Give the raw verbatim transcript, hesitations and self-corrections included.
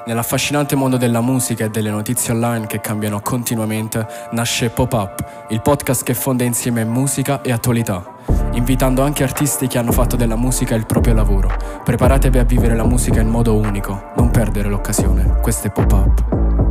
Nell'affascinante mondo della musica e delle notizie online che cambiano continuamente, nasce Pop-Up, il podcast che fonde insieme musica e attualità, invitando anche artisti che hanno fatto della musica il proprio lavoro. Preparatevi a vivere la musica in modo unico, non perdere l'occasione. Questo è Pop-Up.